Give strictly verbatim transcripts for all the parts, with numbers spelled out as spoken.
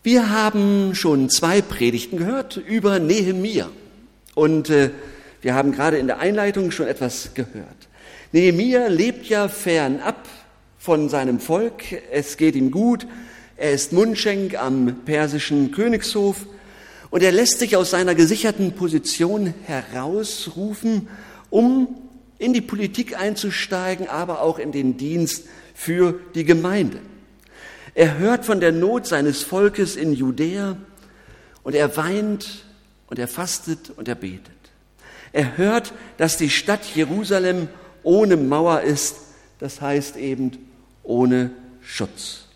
Wir haben schon zwei Predigten gehört über Nehemia und äh, wir haben gerade in der Einleitung schon etwas gehört. Nehemia lebt ja fernab von seinem Volk, es geht ihm gut, er ist Mundschenk am persischen Königshof und er lässt sich aus seiner gesicherten Position herausrufen, um in die Politik einzusteigen, aber auch in den Dienst für die Gemeinde. Er hört von der Not seines Volkes in Judäa und er weint und er fastet und er betet. Er hört, dass die Stadt Jerusalem ohne Mauer ist, das heißt eben ohne Schutz.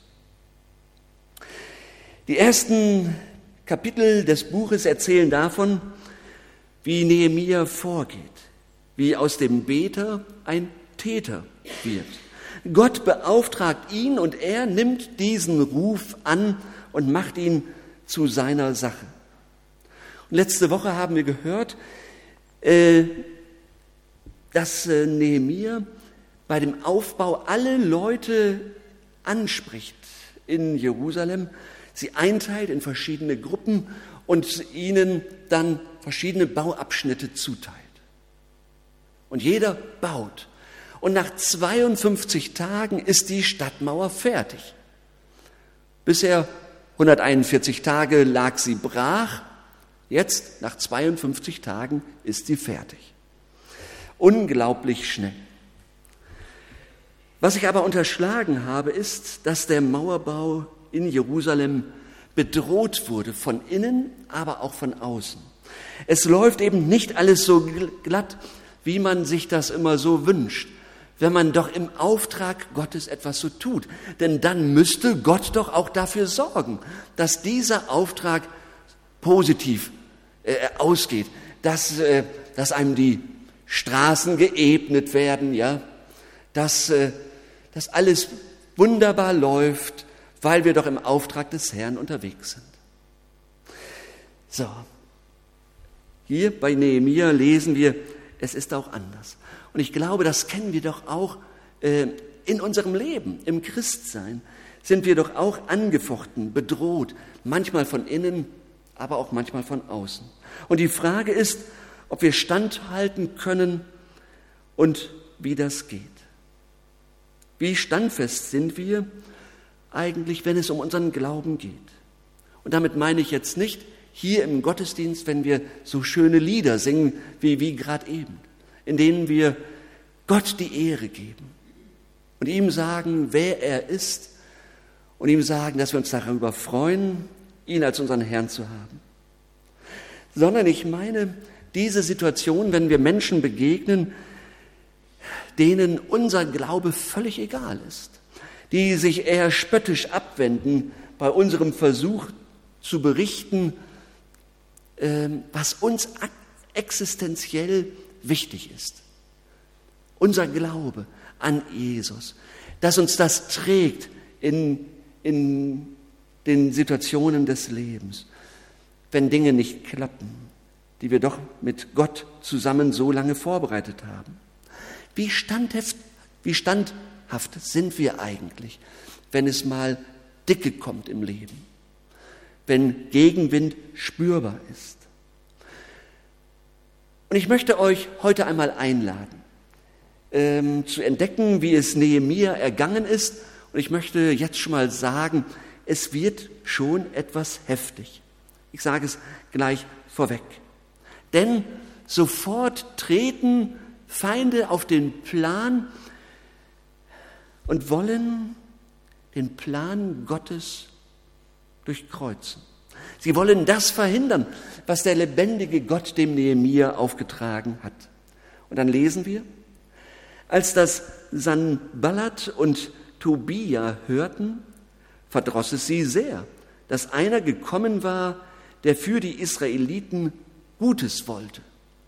Die ersten Kapitel des Buches erzählen davon, wie Nehemia vorgeht, wie aus dem Beter ein Täter wird. Gott beauftragt ihn und er nimmt diesen Ruf an und macht ihn zu seiner Sache. Und letzte Woche haben wir gehört, dass Nehemia bei dem Aufbau alle Leute anspricht in Jerusalem, sie einteilt in verschiedene Gruppen und ihnen dann verschiedene Bauabschnitte zuteilt. Und jeder baut. Und nach zweiundfünfzig Tagen ist die Stadtmauer fertig. Bisher hunderteinundvierzig Tage lag sie brach. Jetzt, nach zweiundfünfzig Tagen, ist sie fertig. Unglaublich schnell. Was ich aber unterschlagen habe, ist, dass der Mauerbau in Jerusalem bedroht wurde, von innen, aber auch von außen. Es läuft eben nicht alles so glatt, wie man sich das immer so wünscht, wenn man doch im Auftrag Gottes etwas so tut. Denn dann müsste Gott doch auch dafür sorgen, dass dieser Auftrag positiv äh, ausgeht, dass, äh, dass einem die Straßen geebnet werden, ja, dass, äh, dass alles wunderbar läuft, weil wir doch im Auftrag des Herrn unterwegs sind. So, hier bei Nehemia lesen wir, es ist auch anders. Und ich glaube, das kennen wir doch auch äh, in unserem Leben, im Christsein sind wir doch auch angefochten, bedroht, manchmal von innen, aber auch manchmal von außen. Und die Frage ist, ob wir standhalten können und wie das geht. Wie standfest sind wir eigentlich, wenn es um unseren Glauben geht? Und damit meine ich jetzt nicht hier im Gottesdienst, wenn wir so schöne Lieder singen, wie, wie gerade eben, in denen wir Gott die Ehre geben und ihm sagen, wer er ist und ihm sagen, dass wir uns darüber freuen, ihn als unseren Herrn zu haben. Sondern ich meine diese Situation, wenn wir Menschen begegnen, denen unser Glaube völlig egal ist, die sich eher spöttisch abwenden bei unserem Versuch zu berichten, was uns existenziell wichtig ist. Unser Glaube an Jesus, dass uns das trägt in, in den Situationen des Lebens, wenn Dinge nicht klappen, die wir doch mit Gott zusammen so lange vorbereitet haben. Wie standhaft, wie standhaft sind wir eigentlich, wenn es mal dicke kommt im Leben, wenn Gegenwind spürbar ist. Und ich möchte euch heute einmal einladen, ähm, zu entdecken, wie es Nehemia ergangen ist. Und ich möchte jetzt schon mal sagen, es wird schon etwas heftig. Ich sage es gleich vorweg. Denn sofort treten Feinde auf den Plan und wollen den Plan Gottes durchkreuzen. Sie wollen das verhindern, was der lebendige Gott dem Nehemia aufgetragen hat. Und dann lesen wir, als das Sanballat und Tobia hörten, verdross es sie sehr, dass einer gekommen war, der für die Israeliten Gutes wollte.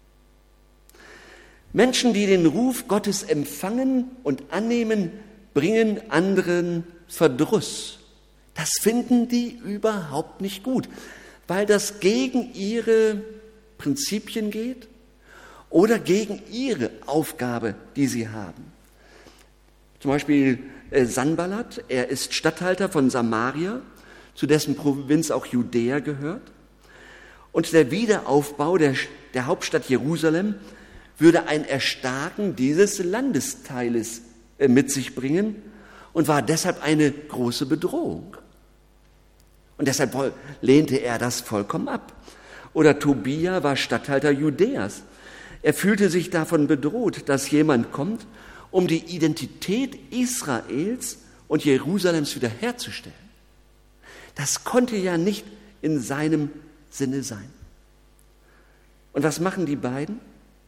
Menschen, die den Ruf Gottes empfangen und annehmen, bringen anderen Verdruss. Das finden die überhaupt nicht gut, weil das gegen ihre Prinzipien geht oder gegen ihre Aufgabe, die sie haben. Zum Beispiel äh, Sanballat, er ist Statthalter von Samaria, zu dessen Provinz auch Judäa gehört. Und der Wiederaufbau der, der Hauptstadt Jerusalem würde ein Erstarken dieses Landesteiles äh, mit sich bringen und war deshalb eine große Bedrohung. Und deshalb lehnte er das vollkommen ab. Oder Tobia war Statthalter Judäas. Er fühlte sich davon bedroht, dass jemand kommt, um die Identität Israels und Jerusalems wiederherzustellen. Das konnte ja nicht in seinem Sinne sein. Und was machen die beiden?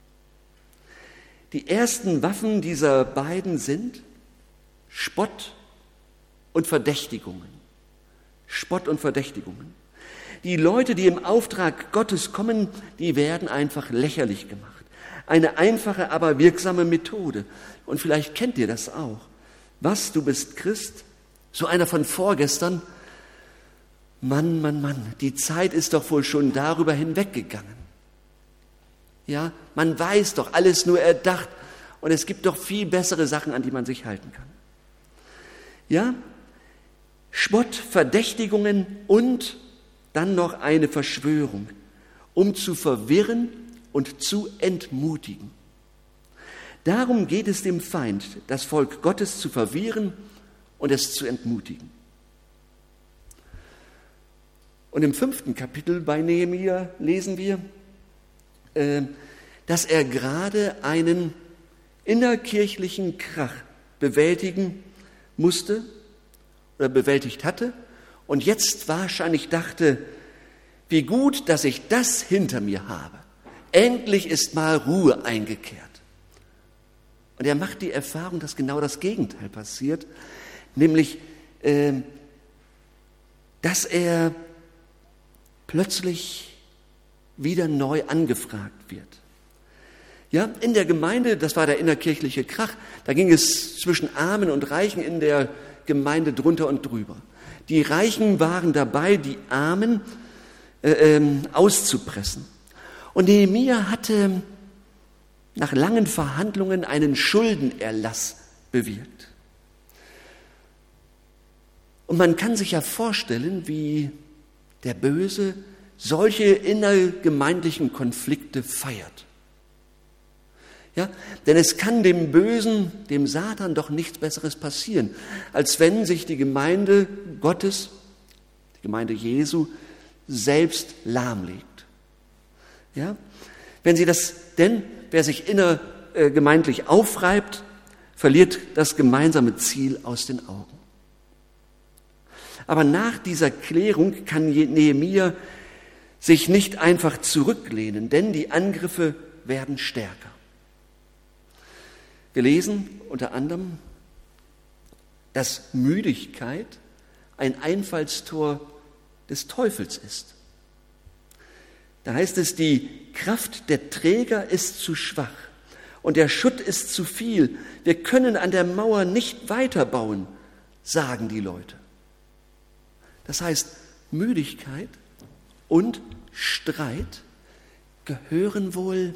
Die ersten Waffen dieser beiden sind Spott und Verdächtigungen. Spott und Verdächtigungen. Die Leute, die im Auftrag Gottes kommen, die werden einfach lächerlich gemacht. Eine einfache, aber wirksame Methode. Und vielleicht kennt ihr das auch. Was, du bist Christ? So einer von vorgestern. Mann, Mann, Mann, die Zeit ist doch wohl schon darüber hinweggegangen. Ja, man weiß doch, alles nur erdacht. Und es gibt doch viel bessere Sachen, an die man sich halten kann. Ja, Spott, Verdächtigungen und dann noch eine Verschwörung, um zu verwirren und zu entmutigen. Darum geht es dem Feind, das Volk Gottes zu verwirren und es zu entmutigen. Und im fünften Kapitel bei Nehemia lesen wir, äh, dass er gerade einen innerkirchlichen Krach bewältigen musste oder bewältigt hatte und jetzt wahrscheinlich dachte, wie gut, dass ich das hinter mir habe. Endlich ist mal Ruhe eingekehrt. Und er macht die Erfahrung, dass genau das Gegenteil passiert, nämlich, äh, dass er plötzlich wieder neu angefragt wird. Ja, in der Gemeinde, das war der innerkirchliche Krach, da ging es zwischen Armen und Reichen in der Gemeinde drunter und drüber. Die Reichen waren dabei, die Armen äh, ähm, auszupressen. Und Nehemia hatte nach langen Verhandlungen einen Schuldenerlass bewirkt. Und man kann sich ja vorstellen, wie der Böse solche innergemeindlichen Konflikte feiert. Ja, denn es kann dem Bösen, dem Satan doch nichts Besseres passieren, als wenn sich die Gemeinde Gottes, die Gemeinde Jesu, selbst lahmlegt. Ja, wenn sie das, denn wer sich innergemeindlich aufreibt, verliert das gemeinsame Ziel aus den Augen. Aber nach dieser Klärung kann Nehemia sich nicht einfach zurücklehnen, denn die Angriffe werden stärker. Wir lesen unter anderem, dass Müdigkeit ein Einfallstor des Teufels ist. Da heißt es, die Kraft der Träger ist zu schwach und der Schutt ist zu viel. Wir können an der Mauer nicht weiterbauen, sagen die Leute. Das heißt, Müdigkeit und Streit gehören wohl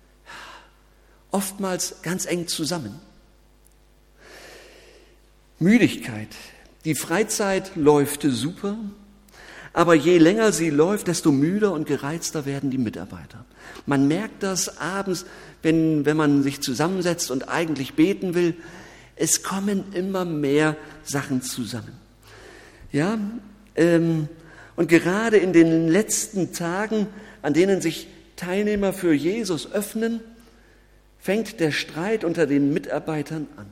oftmals ganz eng zusammen. Müdigkeit. Die Freizeit läuft super, aber je länger sie läuft, desto müder und gereizter werden die Mitarbeiter. Man merkt das abends, wenn, wenn man sich zusammensetzt und eigentlich beten will. Es kommen immer mehr Sachen zusammen. Ja, ähm, und gerade in den letzten Tagen, an denen sich Teilnehmer für Jesus öffnen, fängt der Streit unter den Mitarbeitern an.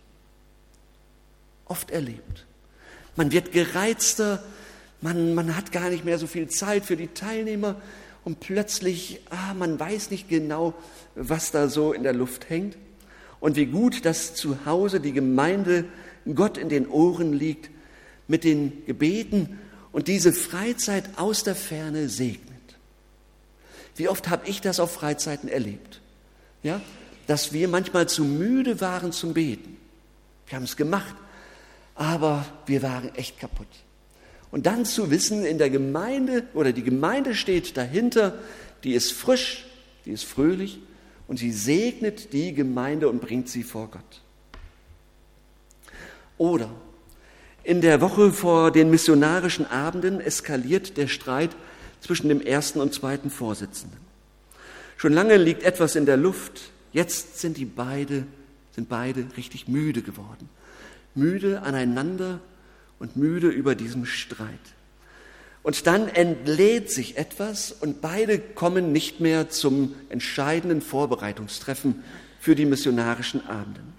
Oft erlebt. Man wird gereizter, man, man hat gar nicht mehr so viel Zeit für die Teilnehmer und plötzlich, ah, man weiß nicht genau, was da so in der Luft hängt. Und wie gut, dass zu Hause die Gemeinde Gott in den Ohren liegt, mit den Gebeten und diese Freizeit aus der Ferne segnet. Wie oft habe ich das auf Freizeiten erlebt? Ja, dass wir manchmal zu müde waren zum Beten. Wir haben es gemacht, aber wir waren echt kaputt. Und dann zu wissen, in der Gemeinde oder die Gemeinde steht dahinter, die ist frisch, die ist fröhlich und sie segnet die Gemeinde und bringt sie vor Gott. Oder In der Woche vor den missionarischen Abenden eskaliert der Streit zwischen dem ersten und zweiten Vorsitzenden. Schon lange liegt etwas in der Luft. Jetzt sind die beide, sind beide richtig müde geworden. Müde aneinander und müde über diesen Streit. Und dann entlädt sich etwas und beide kommen nicht mehr zum entscheidenden Vorbereitungstreffen für die missionarischen Abenden.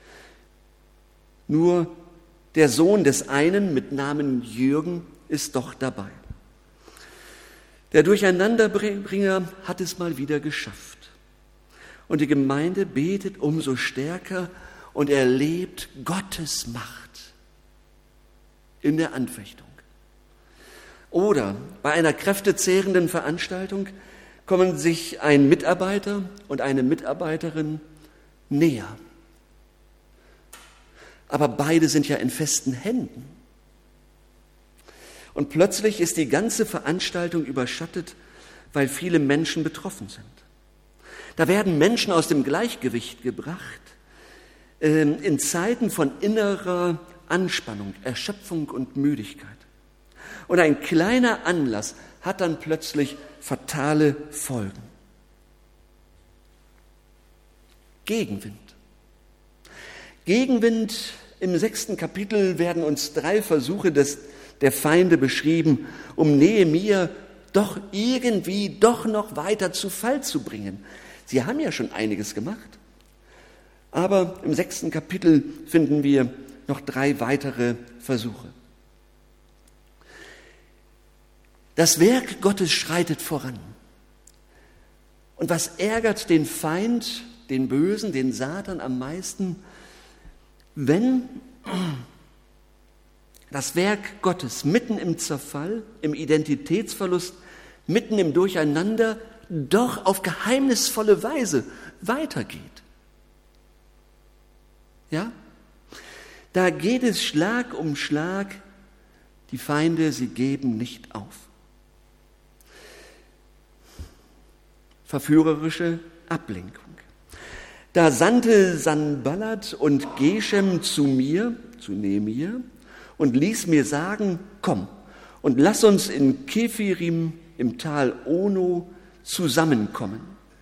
Nur der Sohn des einen mit Namen Jürgen ist doch dabei. Der Durcheinanderbringer hat es mal wieder geschafft. Und die Gemeinde betet umso stärker und erlebt Gottes Macht in der Anfechtung. Oder bei einer kräftezehrenden Veranstaltung kommen sich ein Mitarbeiter und eine Mitarbeiterin näher. Aber beide sind ja in festen Händen. Und plötzlich ist die ganze Veranstaltung überschattet, weil viele Menschen betroffen sind. Da werden Menschen aus dem Gleichgewicht gebracht, äh, in Zeiten von innerer Anspannung, Erschöpfung und Müdigkeit. Und ein kleiner Anlass hat dann plötzlich fatale Folgen. Gegenwind. Gegenwind, im sechsten Kapitel werden uns drei Versuche des, der Feinde beschrieben, um Nehemia doch irgendwie doch noch weiter zu Fall zu bringen. Sie haben ja schon einiges gemacht. Aber im sechsten Kapitel finden wir noch drei weitere Versuche. Das Werk Gottes schreitet voran. Und was ärgert den Feind, den Bösen, den Satan am meisten? Wenn das Werk Gottes mitten im Zerfall, im Identitätsverlust, mitten im Durcheinander doch auf geheimnisvolle Weise weitergeht. Ja? Da geht es Schlag um Schlag. Die Feinde, sie geben nicht auf. Verführerische Ablenkung. Da sandte Sanballat und Geshem zu mir, zu Nehemia, und ließ mir sagen, komm und lass uns in Kefirim im Tal Ono zusammenkommen.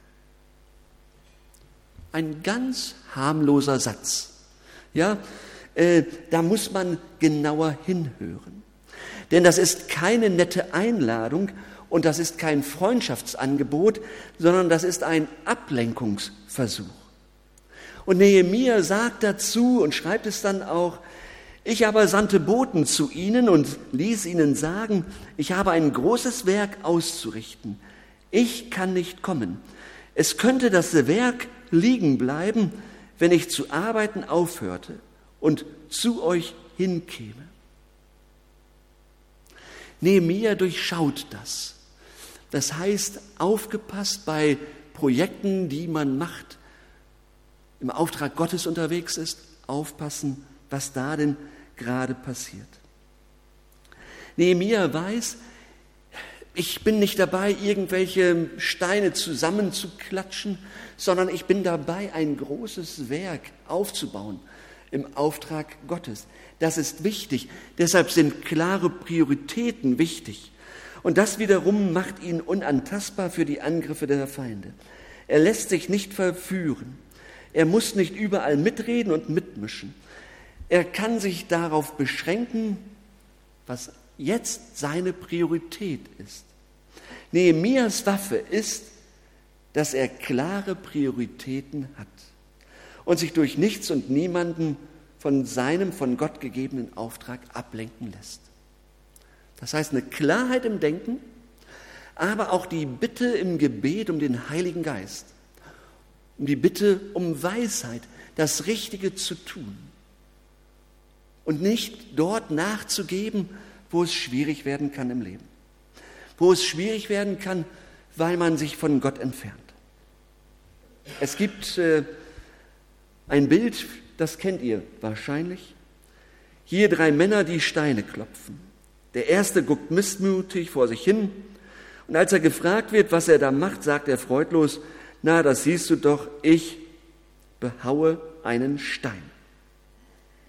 Ein ganz harmloser Satz. Ja, äh, da muss man genauer hinhören. Denn das ist keine nette Einladung und das ist kein Freundschaftsangebot, sondern das ist ein Ablenkungsversuch. Und Nehemia sagt dazu und schreibt es dann auch, ich aber sandte Boten zu ihnen und ließ ihnen sagen, ich habe ein großes Werk auszurichten. Ich kann nicht kommen. Es könnte das Werk liegen bleiben, wenn ich zu arbeiten aufhörte und zu euch hinkäme. Nehemia durchschaut das. Das heißt, aufgepasst bei Projekten, die man macht, im Auftrag Gottes unterwegs ist, aufpassen, was da denn gerade passiert. Nehemia weiß, ich bin nicht dabei, irgendwelche Steine zusammenzuklatschen, sondern ich bin dabei, ein großes Werk aufzubauen im Auftrag Gottes. Das ist wichtig. Deshalb sind klare Prioritäten wichtig. Und das wiederum macht ihn unantastbar für die Angriffe der Feinde. Er lässt sich nicht verführen. Er muss nicht überall mitreden und mitmischen. Er kann sich darauf beschränken, was jetzt seine Priorität ist. Nehemias Waffe ist, dass er klare Prioritäten hat und sich durch nichts und niemanden von seinem von Gott gegebenen Auftrag ablenken lässt. Das heißt, eine Klarheit im Denken, aber auch die Bitte im Gebet um den Heiligen Geist, um die Bitte um Weisheit, das Richtige zu tun und nicht dort nachzugeben, wo es schwierig werden kann im Leben, wo es schwierig werden kann, weil man sich von Gott entfernt. Es gibt äh, ein Bild, das kennt ihr wahrscheinlich. Hier drei Männer, die Steine klopfen. Der erste guckt missmutig vor sich hin und als er gefragt wird, was er da macht, sagt er freudlos, na, das siehst du doch, ich behaue einen Stein.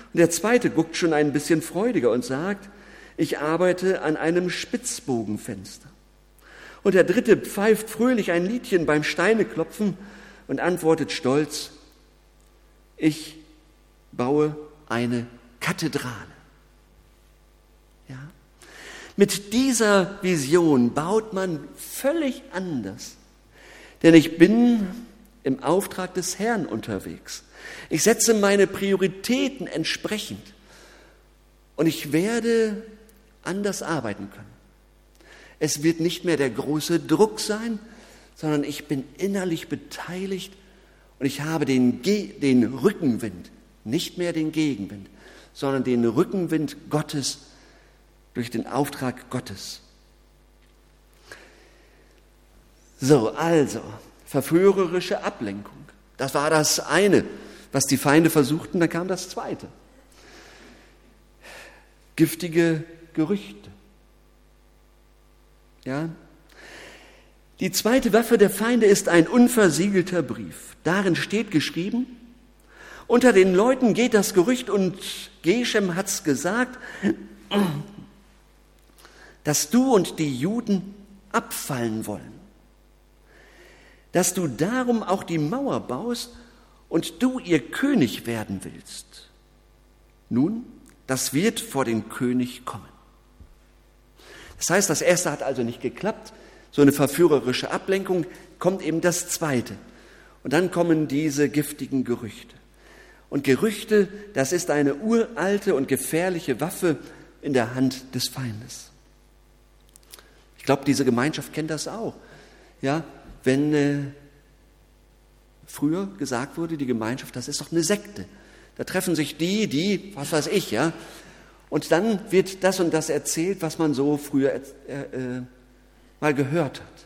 Und der zweite guckt schon ein bisschen freudiger und sagt, ich arbeite an einem Spitzbogenfenster. Und der dritte pfeift fröhlich ein Liedchen beim Steineklopfen und antwortet stolz, ich baue eine Kathedrale. Ja? Mit dieser Vision baut man völlig anders. Denn ich bin im Auftrag des Herrn unterwegs. Ich setze meine Prioritäten entsprechend. Und ich werde anders arbeiten können. Es wird nicht mehr der große Druck sein, sondern ich bin innerlich beteiligt und ich habe den, Ge- den Rückenwind, nicht mehr den Gegenwind, sondern den Rückenwind Gottes durch den Auftrag Gottes. So, also, verführerische Ablenkung. Das war das eine, was die Feinde versuchten, dann kam das zweite. Giftige Gerüchte. Ja? Die zweite Waffe der Feinde ist ein unversiegelter Brief. Darin steht geschrieben, unter den Leuten geht das Gerücht, und Geshem hat's gesagt, dass du und die Juden abfallen wollen. Dass du darum auch die Mauer baust und du ihr König werden willst. Nun, das wird vor den König kommen. Das heißt, das erste hat also nicht geklappt, so eine verführerische Ablenkung, kommt eben das zweite. Und dann kommen diese giftigen Gerüchte. Und Gerüchte, das ist eine uralte und gefährliche Waffe in der Hand des Feindes. Ich glaube, diese Gemeinschaft kennt das auch. Ja, wenn äh, früher gesagt wurde, die Gemeinschaft, das ist doch eine Sekte. Da treffen sich die, die, was weiß ich, ja. Und dann wird das und das erzählt, was man so früher äh, äh, mal gehört hat.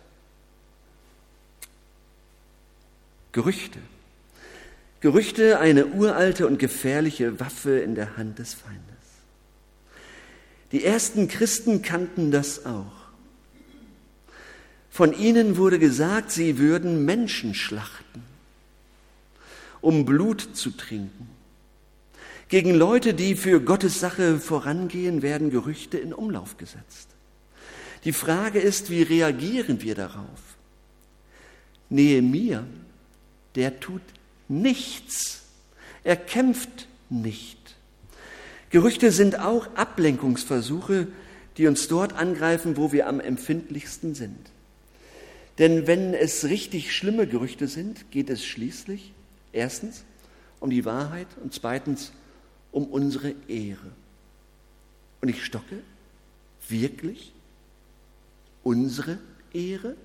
Gerüchte. Gerüchte, eine uralte und gefährliche Waffe in der Hand des Feindes. Die ersten Christen kannten das auch. Von ihnen wurde gesagt, sie würden Menschen schlachten, um Blut zu trinken. Gegen Leute, die für Gottes Sache vorangehen, werden Gerüchte in Umlauf gesetzt. Die Frage ist, wie reagieren wir darauf? Nehemia, der tut nichts. Er kämpft nicht. Gerüchte sind auch Ablenkungsversuche, die uns dort angreifen, wo wir am empfindlichsten sind. Denn wenn es richtig schlimme Gerüchte sind, geht es schließlich erstens um die Wahrheit und zweitens um unsere Ehre. Und ich stocke, wirklich? Unsere Ehre?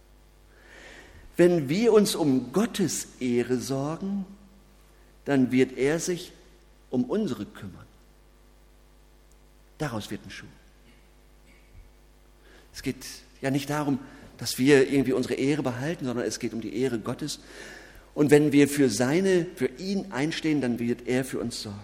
Wenn wir uns um Gottes Ehre sorgen, dann wird er sich um unsere kümmern. Daraus wird ein Schuh. Es geht ja nicht darum, dass wir irgendwie unsere Ehre behalten, sondern es geht um die Ehre Gottes. Und wenn wir für seine, für ihn einstehen, dann wird er für uns sorgen.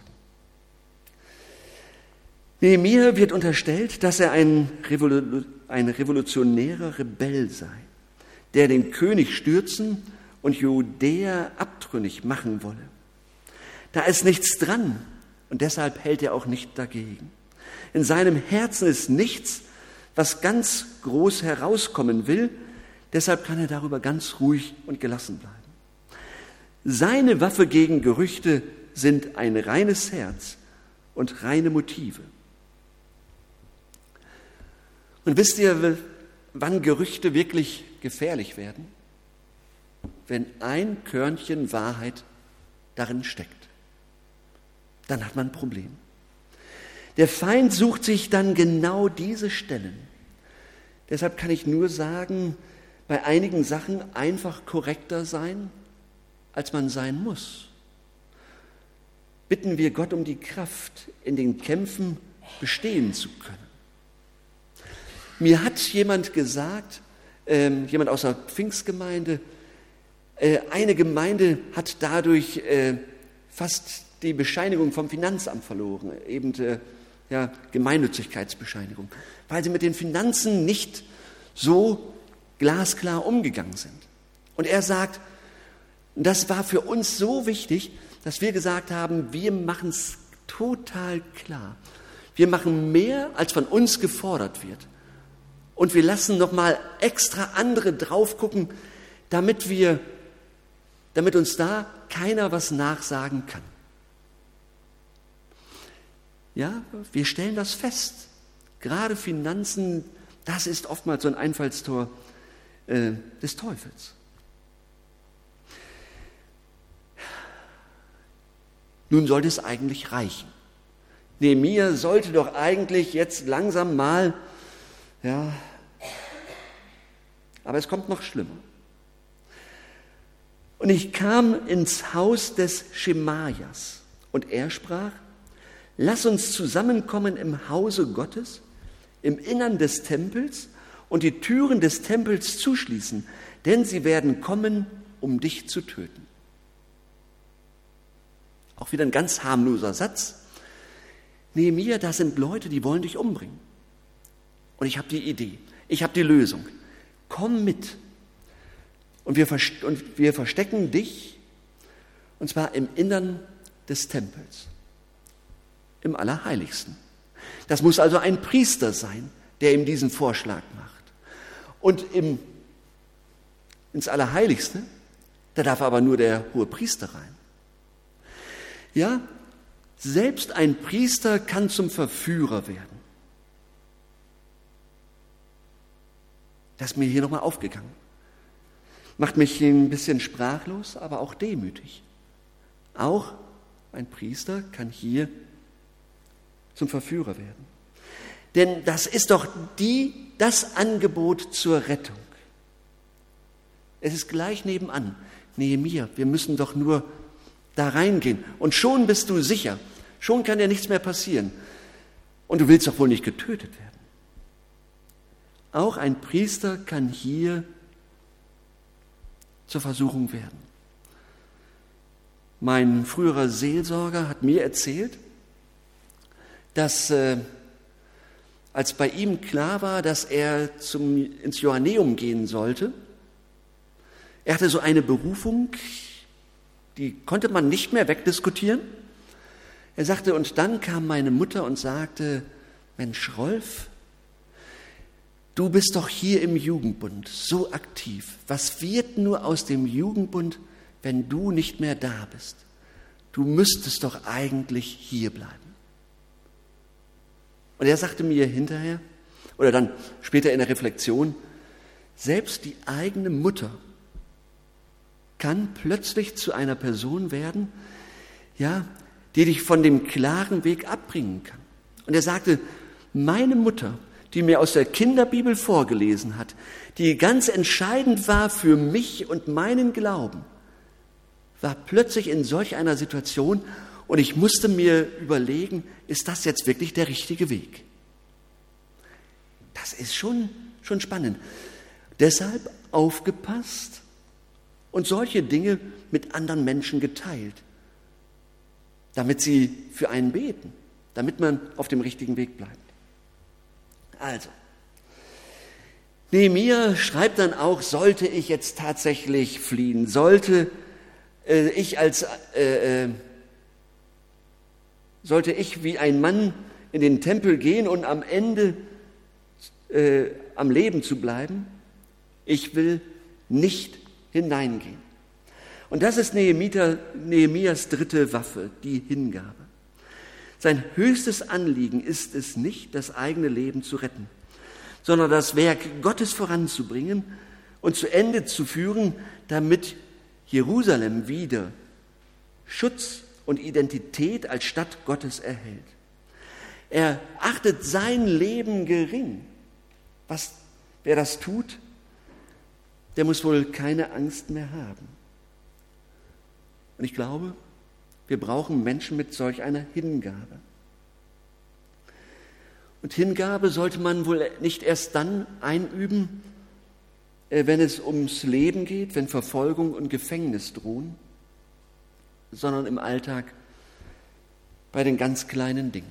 Nehemia wird unterstellt, dass er ein, Revolu- ein revolutionärer Rebell sei, der den König stürzen und Judäa abtrünnig machen wolle. Da ist nichts dran und deshalb hält er auch nicht dagegen. In seinem Herzen ist nichts, was ganz groß herauskommen will, deshalb kann er darüber ganz ruhig und gelassen bleiben. Seine Waffe gegen Gerüchte sind ein reines Herz und reine Motive. Und wisst ihr, wann Gerüchte wirklich gefährlich werden? Wenn ein Körnchen Wahrheit darin steckt. Dann hat man ein Problem. Der Feind sucht sich dann genau diese Stellen. Deshalb kann ich nur sagen, bei einigen Sachen einfach korrekter sein, als man sein muss. Bitten wir Gott um die Kraft, in den Kämpfen bestehen zu können. Mir hat jemand gesagt, äh, jemand aus der Pfingstgemeinde, äh, eine Gemeinde hat dadurch äh, fast die Bescheinigung vom Finanzamt verloren, eben äh, ja, Gemeinnützigkeitsbescheinigung, weil sie mit den Finanzen nicht so glasklar umgegangen sind. Und er sagt, das war für uns so wichtig, dass wir gesagt haben, wir machen es total klar. Wir machen mehr, als von uns gefordert wird. Und wir lassen nochmal extra andere drauf gucken, damit wir, damit uns da keiner was nachsagen kann. Ja, wir stellen das fest. Gerade Finanzen, das ist oftmals so ein Einfallstor äh, des Teufels. Nun sollte es eigentlich reichen. Nehemia sollte doch eigentlich jetzt langsam mal, ja, aber es kommt noch schlimmer. Und ich kam ins Haus des Schemajas und er sprach: Lass uns zusammenkommen im Hause Gottes, im Innern des Tempels und die Türen des Tempels zuschließen, denn sie werden kommen, um dich zu töten. Auch wieder ein ganz harmloser Satz. Nehemia, das sind Leute, die wollen dich umbringen. Und ich habe die Idee, ich habe die Lösung. Komm mit. Und wir, und wir verstecken dich, und zwar im Innern des Tempels, im Allerheiligsten. Das muss also ein Priester sein, der ihm diesen Vorschlag macht. Und im, ins Allerheiligste, da darf aber nur der hohe Priester rein. Ja, selbst ein Priester kann zum Verführer werden. Das ist mir hier nochmal aufgegangen. Macht mich ein bisschen sprachlos, aber auch demütig. Auch ein Priester kann hier zum Verführer werden. Denn das ist doch die, das Angebot zur Rettung. Es ist gleich nebenan. Nehemia, wir müssen doch nur da reingehen. Und schon bist du sicher. Schon kann dir nichts mehr passieren. Und du willst doch wohl nicht getötet werden. Auch ein Priester kann hier zur Versuchung werden. Mein früherer Seelsorger hat mir erzählt, dass äh, als bei ihm klar war, dass er zum, ins Johanneum gehen sollte, er hatte so eine Berufung, die konnte man nicht mehr wegdiskutieren. Er sagte, und dann kam meine Mutter und sagte: Mensch, Rolf, du bist doch hier im Jugendbund so aktiv. Was wird nur aus dem Jugendbund, wenn du nicht mehr da bist? Du müsstest doch eigentlich hier bleiben. Und er sagte mir hinterher, oder dann später in der Reflexion, selbst die eigene Mutter kann plötzlich zu einer Person werden, ja, die dich von dem klaren Weg abbringen kann. Und er sagte, meine Mutter, die mir aus der Kinderbibel vorgelesen hat, die ganz entscheidend war für mich und meinen Glauben, war plötzlich in solch einer Situation und ich musste mir überlegen, ist das jetzt wirklich der richtige Weg? Das ist schon, schon spannend. Deshalb aufgepasst und solche Dinge mit anderen Menschen geteilt, damit sie für einen beten, damit man auf dem richtigen Weg bleibt. Also, Nehemia schreibt dann auch, sollte ich jetzt tatsächlich fliehen, sollte äh, ich als äh, äh, sollte ich wie ein Mann in den Tempel gehen und am Ende äh, am Leben zu bleiben, ich will nicht hineingehen. Und das ist Nehemia, Nehemias dritte Waffe, die Hingabe. Sein höchstes Anliegen ist es nicht, das eigene Leben zu retten, sondern das Werk Gottes voranzubringen und zu Ende zu führen, damit Jerusalem wieder Schutz und Identität als Stadt Gottes erhält. Er achtet sein Leben gering. Was, wer das tut, der muss wohl keine Angst mehr haben. Und ich glaube, wir brauchen Menschen mit solch einer Hingabe. Und Hingabe sollte man wohl nicht erst dann einüben, wenn es ums Leben geht, wenn Verfolgung und Gefängnis drohen, sondern im Alltag bei den ganz kleinen Dingen.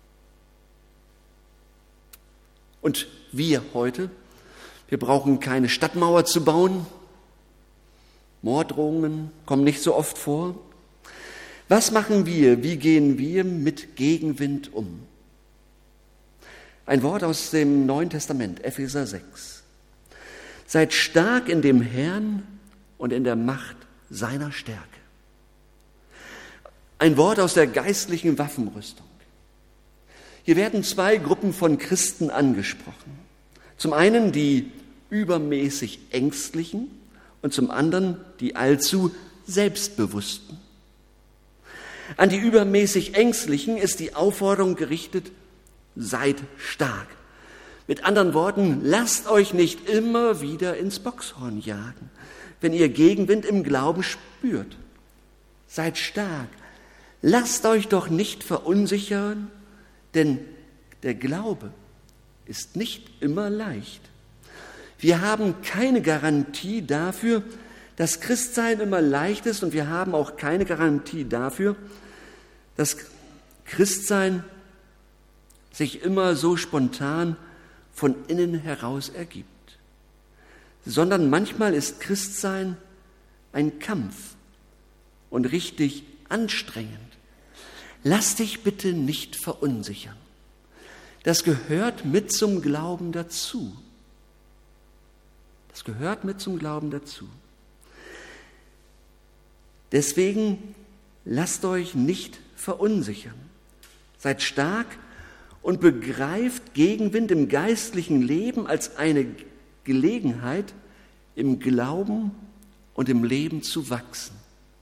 Und wir heute, wir brauchen keine Stadtmauer zu bauen. Morddrohungen kommen nicht so oft vor. Was machen wir? Wie gehen wir mit Gegenwind um? Ein Wort aus dem Neuen Testament, Epheser sechs. Seid stark in dem Herrn und in der Macht seiner Stärke. Ein Wort aus der geistlichen Waffenrüstung. Hier werden zwei Gruppen von Christen angesprochen. Zum einen die übermäßig Ängstlichen und zum anderen die allzu Selbstbewussten. An die übermäßig Ängstlichen ist die Aufforderung gerichtet, seid stark. Mit anderen Worten, lasst euch nicht immer wieder ins Bockshorn jagen, wenn ihr Gegenwind im Glauben spürt. Seid stark. Lasst euch doch nicht verunsichern, denn der Glaube ist nicht immer leicht. Wir haben keine Garantie dafür, dass Christsein immer leicht ist, und wir haben auch keine Garantie dafür, dass Christsein sich immer so spontan von innen heraus ergibt. Sondern manchmal ist Christsein ein Kampf und richtig anstrengend. Lass dich bitte nicht verunsichern. Das gehört mit zum Glauben dazu. Das gehört mit zum Glauben dazu. Deswegen lasst euch nicht verunsichern. Seid stark und begreift Gegenwind im geistlichen Leben als eine Gelegenheit, im Glauben und im Leben zu wachsen.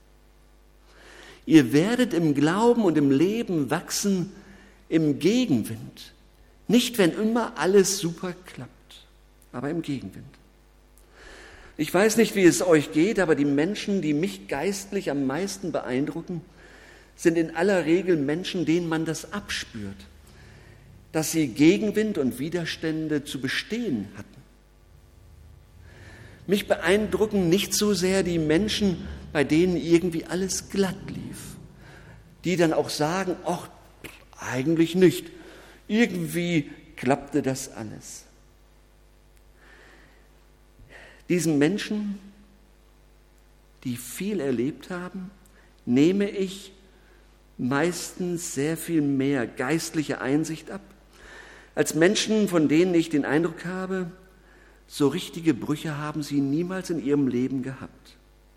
Ihr werdet im Glauben und im Leben wachsen im Gegenwind. Nicht, wenn immer alles super klappt, aber im Gegenwind. Ich weiß nicht, wie es euch geht, aber die Menschen, die mich geistlich am meisten beeindrucken, sind in aller Regel Menschen, denen man das abspürt, dass sie Gegenwind und Widerstände zu bestehen hatten. Mich beeindrucken nicht so sehr die Menschen, bei denen irgendwie alles glatt lief, die dann auch sagen, ach, eigentlich nicht, irgendwie klappte das alles. Diesen Menschen, die viel erlebt haben, nehme ich meistens sehr viel mehr geistliche Einsicht ab, als Menschen, von denen ich den Eindruck habe, so richtige Brüche haben sie niemals in ihrem Leben gehabt.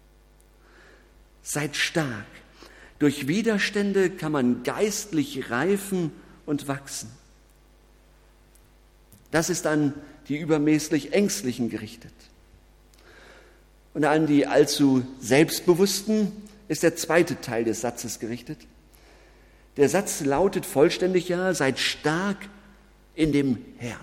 Seid stark. Durch Widerstände kann man geistlich reifen und wachsen. Das ist an die übermäßig Ängstlichen gerichtet. Und an die allzu Selbstbewussten ist der zweite Teil des Satzes gerichtet. Der Satz lautet vollständig ja, seid stark in dem Herrn.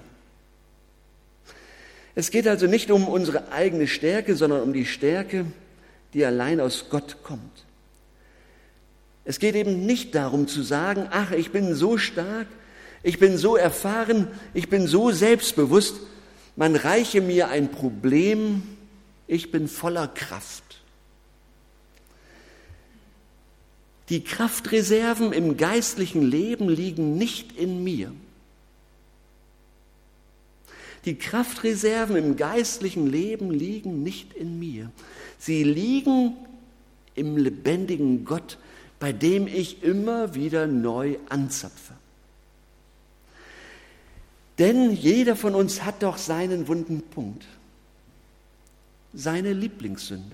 Es geht also nicht um unsere eigene Stärke, sondern um die Stärke, die allein aus Gott kommt. Es geht eben nicht darum zu sagen, ach, ich bin so stark, ich bin so erfahren, ich bin so selbstbewusst, man reiche mir ein Problem, ich bin voller Kraft. Die Kraftreserven im geistlichen Leben liegen nicht in mir. Die Kraftreserven im geistlichen Leben liegen nicht in mir. Sie liegen im lebendigen Gott, bei dem ich immer wieder neu anzapfe. Denn jeder von uns hat doch seinen wunden Punkt, seine Lieblingssünde,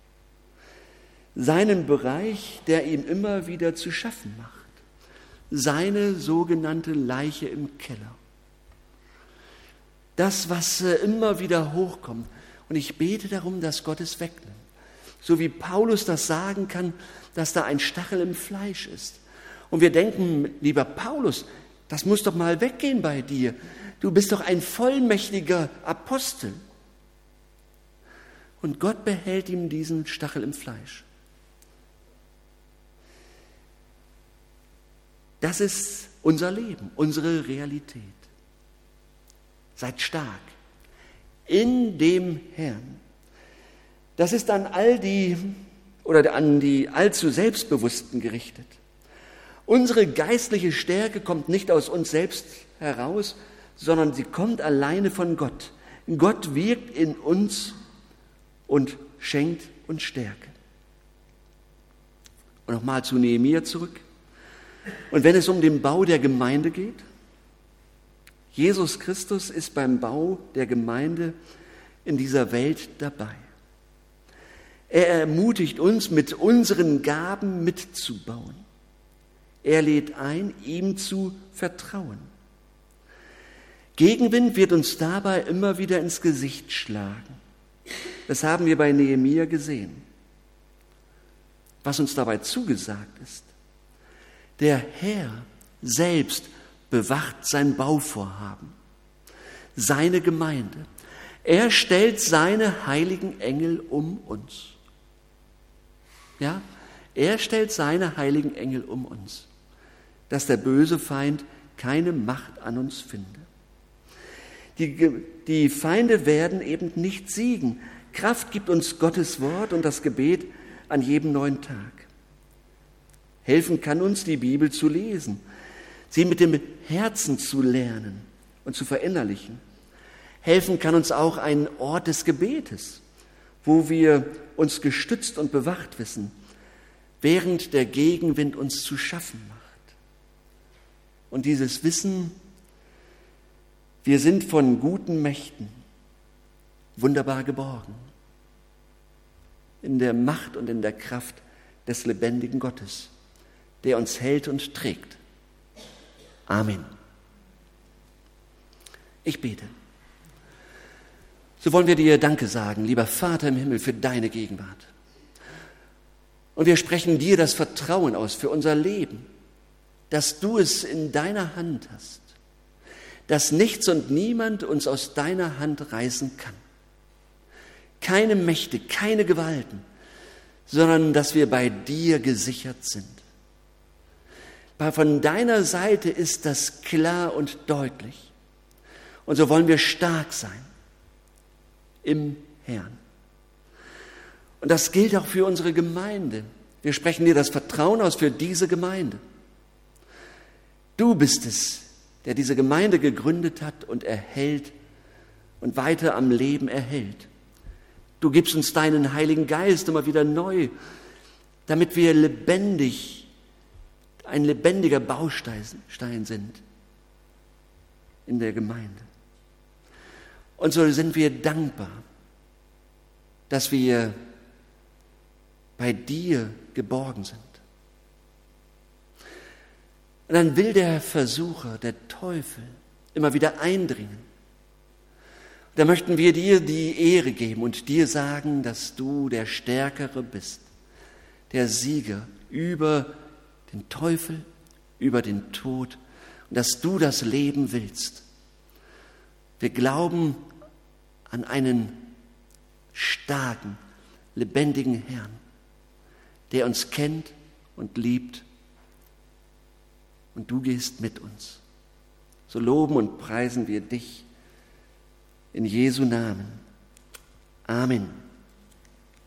seinen Bereich, der ihm immer wieder zu schaffen macht, seine sogenannte Leiche im Keller. Das, was immer wieder hochkommt. Und ich bete darum, dass Gott es wegnimmt. So wie Paulus das sagen kann, dass da ein Stachel im Fleisch ist. Und wir denken, lieber Paulus, das muss doch mal weggehen bei dir. Du bist doch ein vollmächtiger Apostel. Und Gott behält ihm diesen Stachel im Fleisch. Das ist unser Leben, unsere Realität. Seid stark in dem Herrn. Das ist an all die oder an die allzu Selbstbewussten gerichtet. Unsere geistliche Stärke kommt nicht aus uns selbst heraus, sondern sie kommt alleine von Gott. Gott wirkt in uns und schenkt uns Stärke. Und nochmal zu Nehemia zurück. Und wenn es um den Bau der Gemeinde geht, Jesus Christus ist beim Bau der Gemeinde in dieser Welt dabei. Er ermutigt uns, mit unseren Gaben mitzubauen. Er lädt ein, ihm zu vertrauen. Gegenwind wird uns dabei immer wieder ins Gesicht schlagen. Das haben wir bei Nehemia gesehen. Was uns dabei zugesagt ist: Der Herr selbst bewacht sein Bauvorhaben, seine Gemeinde. Er stellt seine heiligen Engel um uns. Ja, er stellt seine heiligen Engel um uns, dass der böse Feind keine Macht an uns finde. Die, die Feinde werden eben nicht siegen. Kraft gibt uns Gottes Wort und das Gebet an jedem neuen Tag. Helfen kann uns, die Bibel zu lesen, sie mit dem Herzen zu lernen und zu verinnerlichen. Helfen kann uns auch ein Ort des Gebetes, wo wir uns gestützt und bewacht wissen, während der Gegenwind uns zu schaffen macht. Und dieses Wissen, wir sind von guten Mächten wunderbar geborgen, in der Macht und in der Kraft des lebendigen Gottes, der uns hält und trägt. Amen. Ich bete. So wollen wir dir Danke sagen, lieber Vater im Himmel, für deine Gegenwart. Und wir sprechen dir das Vertrauen aus für unser Leben, dass du es in deiner Hand hast, dass nichts und niemand uns aus deiner Hand reißen kann. Keine Mächte, keine Gewalten, sondern dass wir bei dir gesichert sind. Von deiner Seite ist das klar und deutlich. Und so wollen wir stark sein im Herrn. Und das gilt auch für unsere Gemeinde. Wir sprechen dir das Vertrauen aus für diese Gemeinde. Du bist es, der diese Gemeinde gegründet hat und erhält und weiter am Leben erhält. Du gibst uns deinen Heiligen Geist immer wieder neu, damit wir lebendig, ein lebendiger Baustein sind in der Gemeinde. Und so sind wir dankbar, dass wir bei dir geborgen sind. Und dann will der Versucher, der Teufel, immer wieder eindringen. Da möchten wir dir die Ehre geben und dir sagen, dass du der Stärkere bist, der Sieger über den Teufel, über den Tod und dass du das Leben willst. Wir glauben an einen starken, lebendigen Herrn, der uns kennt und liebt. Und du gehst mit uns. So loben und preisen wir dich in Jesu Namen. Amen.